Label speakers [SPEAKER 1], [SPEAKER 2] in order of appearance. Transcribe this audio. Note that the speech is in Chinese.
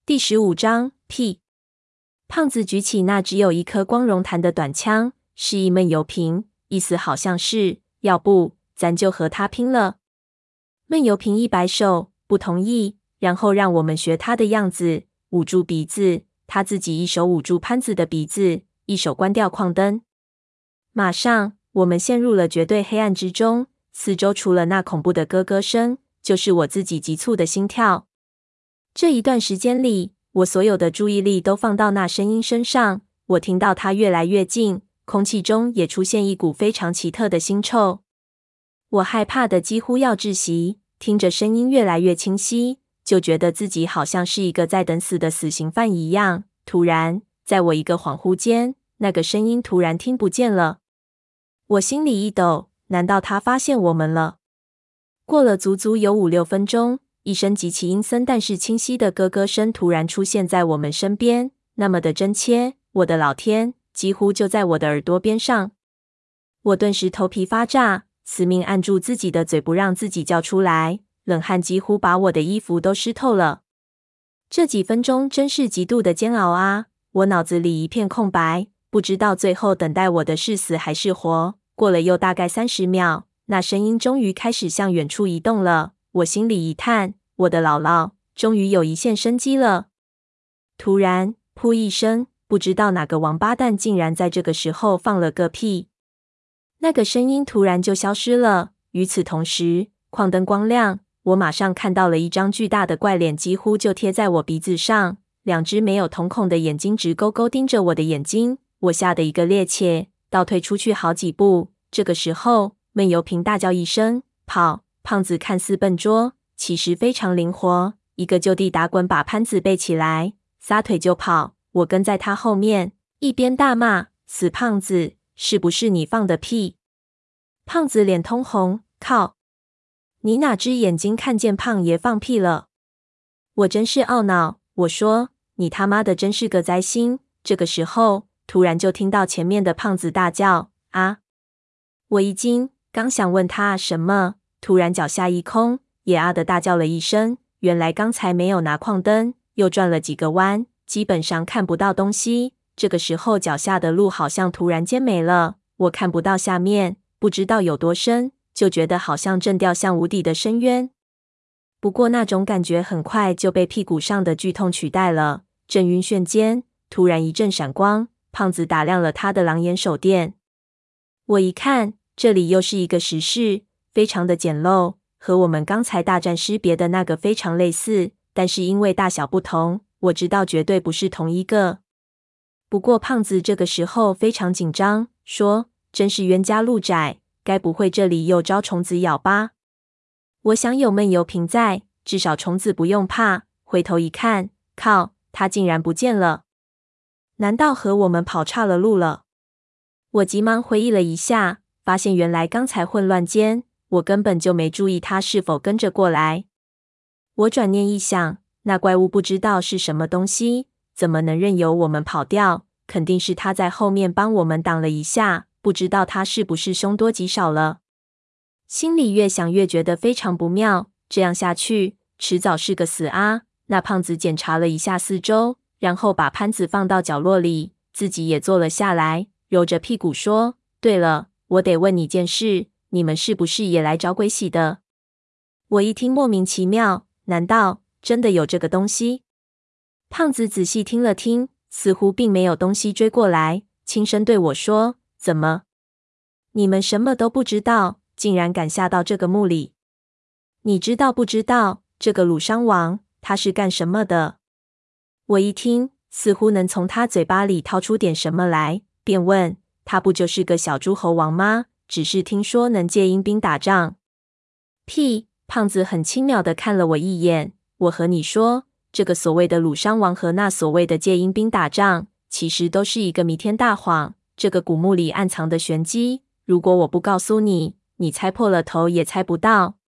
[SPEAKER 1] 第15章屁。胖子举起那只有一颗光荣弹的短枪，示意闷油瓶，意思好像是要不咱就和他拼了。闷油瓶一摆手，不同意，然后让我们学他的样子，捂住鼻子。他自己一手捂住潘子的鼻子，一手关掉矿灯。马上，我们陷入了绝对黑暗之中，四周除了那恐怖的咯咯声，就是我自己急促的心跳。这一段时间里，我所有的注意力都放到那声音身上，我听到它越来越近，空气中也出现一股非常奇特的腥臭。我害怕的几乎要窒息，听着声音越来越清晰，就觉得自己好像是一个在等死的死刑犯一样。突然，在我一个恍惚间，那个声音突然听不见了。我心里一抖，难道他发现我们了？过了足足有5-6分钟，一声极其阴森但是清晰的咯咯声突然出现在我们身边，那么的真切，我的老天，几乎就在我的耳朵边上。我顿时头皮发炸，死命按住自己的嘴不让自己叫出来，冷汗几乎把我的衣服都湿透了。这几分钟真是极度的煎熬啊！我脑子里一片空白，不知道最后等待我的是死还是活。过了又大概30秒，那声音终于开始向远处移动了。我心里一叹，我的姥姥终于有一线生机了。突然，噗一声，不知道哪个王八蛋竟然在这个时候放了个屁。那个声音突然就消失了。与此同时，矿灯光亮，我马上看到了一张巨大的怪脸，几乎就贴在我鼻子上，两只没有瞳孔的眼睛直勾勾盯着我的眼睛。我吓得一个趔趄，倒退出去好几步。这个时候，闷油瓶大叫一声，跑！胖子看似笨拙，其实非常灵活，一个就地打滚把潘子背起来，撒腿就跑。我跟在他后面，一边大骂：死胖子，是不是你放的屁？胖子脸通红，靠！你哪只眼睛看见胖爷放屁了？我真是懊恼，我说你他妈的真是个灾星。这个时候，突然就听到前面的胖子大叫：啊！我一惊，刚想问他什么，突然脚下一空，也啊的大叫了一声。原来刚才没有拿矿灯，又转了几个弯，基本上看不到东西。这个时候脚下的路好像突然间没了，我看不到下面，不知道有多深，就觉得好像正掉向无底的深渊。不过那种感觉很快就被屁股上的剧痛取代了。正晕眩间，突然一阵闪光，胖子打亮了他的狼眼手电。我一看，这里又是一个石室，非常的简陋，和我们刚才大战尸别的那个非常类似，但是因为大小不同，我知道绝对不是同一个。不过胖子这个时候非常紧张，说：真是冤家路窄，该不会这里又招虫子咬吧？我想有闷油瓶在，至少虫子不用怕。回头一看，靠，它竟然不见了！难道和我们跑岔了路了？我急忙回忆了一下，发现原来刚才混乱间，我根本就没注意他是否跟着过来。我转念一想，那怪物不知道是什么东西，怎么能任由我们跑掉？肯定是他在后面帮我们挡了一下，不知道他是不是凶多吉少了。心里越想越觉得非常不妙，这样下去，迟早是个死啊！那胖子检查了一下四周，然后把潘子放到角落里，自己也坐了下来，揉着屁股说：对了，我得问你件事，你们是不是也来找鬼洗的？我一听莫名其妙，难道真的有这个东西？胖子仔细听了听，似乎并没有东西追过来，轻声对我说：怎么？你们什么都不知道，竟然敢下到这个墓里？你知道不知道这个鲁殇王他是干什么的？我一听，似乎能从他嘴巴里掏出点什么来，便问：他不就是个小诸侯王吗？只是听说能借阴兵打仗。屁！胖子很轻蔑地看了我一眼。我和你说，这个所谓的鲁殇王和那所谓的借阴兵打仗，其实都是一个弥天大谎。这个古墓里暗藏的玄机，如果我不告诉你，你猜破了头也猜不到。